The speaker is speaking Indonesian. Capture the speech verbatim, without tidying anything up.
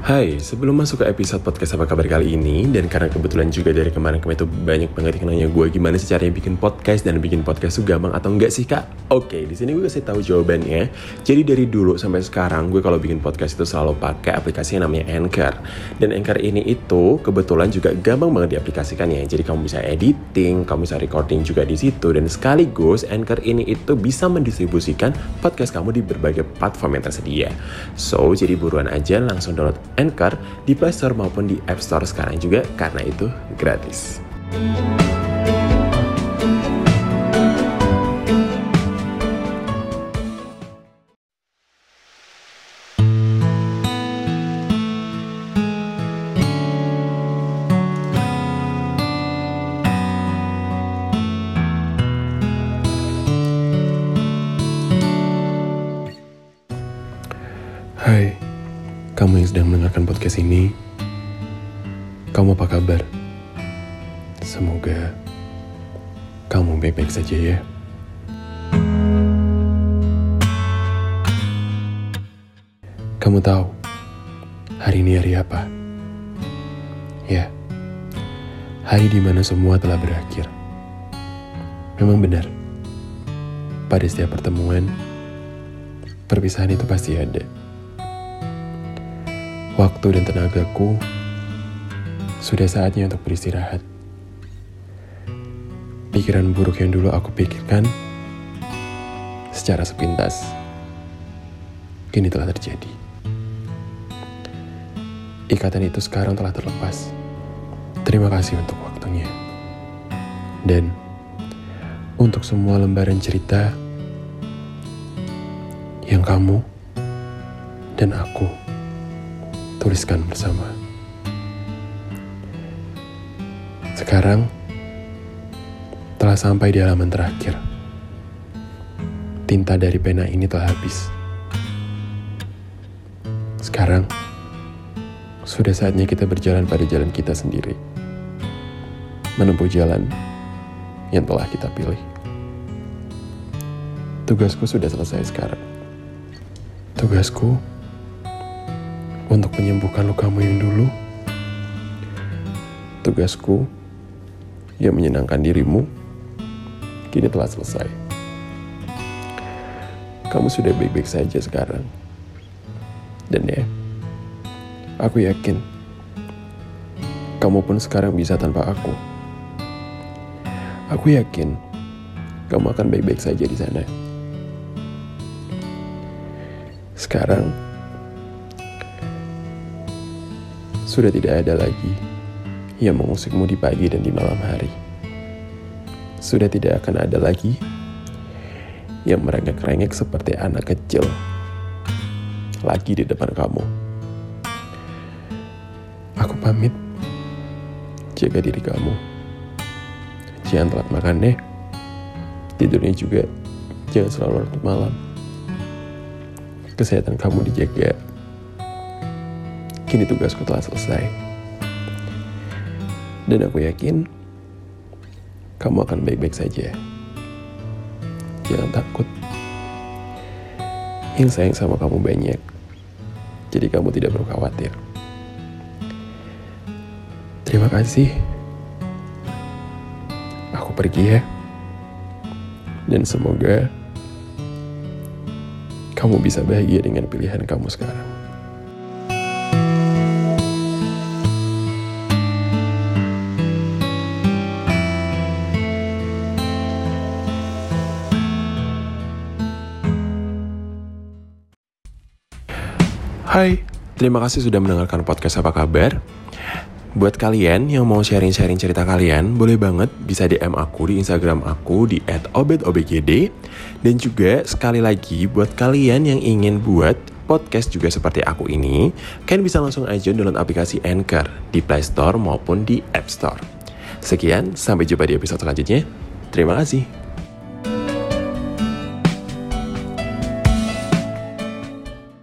Hai, sebelum masuk ke episode podcast apa kabar kali ini, dan karena kebetulan juga dari kemarin-kemarin itu banyak banget yang nanya gue gimana sih caranya bikin podcast dan bikin podcast tuh gampang atau enggak sih kak? Oke, di sini gue kasih tahu jawabannya. Jadi dari dulu sampai sekarang gue kalau bikin podcast itu selalu pakai aplikasi yang namanya Anchor. Dan Anchor ini itu kebetulan juga gampang banget diaplikasikannya. Jadi kamu bisa editing, kamu bisa recording juga di situ, dan sekaligus Anchor ini itu bisa mendistribusikan podcast kamu di berbagai platform yang tersedia. So, jadi buruan aja langsung download Anchor di Play Store maupun di App Store sekarang juga, karena itu gratis. Hai, kamu yang sedang mendengarkan podcast ini, kamu apa kabar? Semoga kamu baik-baik saja ya. Kamu tahu, hari ini hari apa? Ya, hari di mana semua telah berakhir. Memang benar, pada setiap pertemuan, perpisahan itu pasti ada. Waktu dan tenagaku sudah saatnya untuk beristirahat. Pikiran buruk yang dulu aku pikirkan secara sepintas kini telah terjadi. Ikatan itu sekarang telah terlepas. Terima kasih untuk waktunya. Dan untuk semua lembaran cerita yang kamu dan aku tuliskan bersama. Sekarang telah sampai di halaman terakhir. Tinta dari pena ini telah habis. Sekarang sudah saatnya kita berjalan pada jalan kita sendiri, menempuh jalan yang telah kita pilih. Tugasku sudah selesai sekarang. Tugasku untuk menyembuhkan lukamu yang dulu. Tugasku yang menyenangkan dirimu kini telah selesai. Kamu sudah baik-baik saja sekarang. Dan ya, aku yakin kamu pun sekarang bisa tanpa aku. Aku yakin kamu akan baik-baik saja di sana. Sekarang sudah tidak ada lagi yang mengusikmu di pagi dan di malam hari. Sudah tidak akan ada lagi yang merengek-rengek seperti anak kecil lagi di depan kamu. Aku pamit. Jaga diri kamu. Jangan telat makan deh. Tidurnya juga jangan selalu larut malam. Kesehatan kamu dijaga. Kini tugasku telah selesai. Dan aku yakin kamu akan baik-baik saja. Jangan takut. Yang sayang sama kamu banyak. Jadi kamu tidak perlu khawatir. Terima kasih. Aku pergi ya. Dan semoga kamu bisa bahagia dengan pilihan kamu sekarang. Hai, terima kasih sudah mendengarkan podcast Apa Kabar. Buat kalian yang mau sharing-sharing cerita kalian, boleh banget bisa D M aku di Instagram aku di et obed obgd. Dan juga sekali lagi buat kalian yang ingin buat podcast juga seperti aku ini, kalian bisa langsung aja download aplikasi Anchor di Play Store maupun di App Store. Sekian, sampai jumpa di episode selanjutnya. Terima kasih.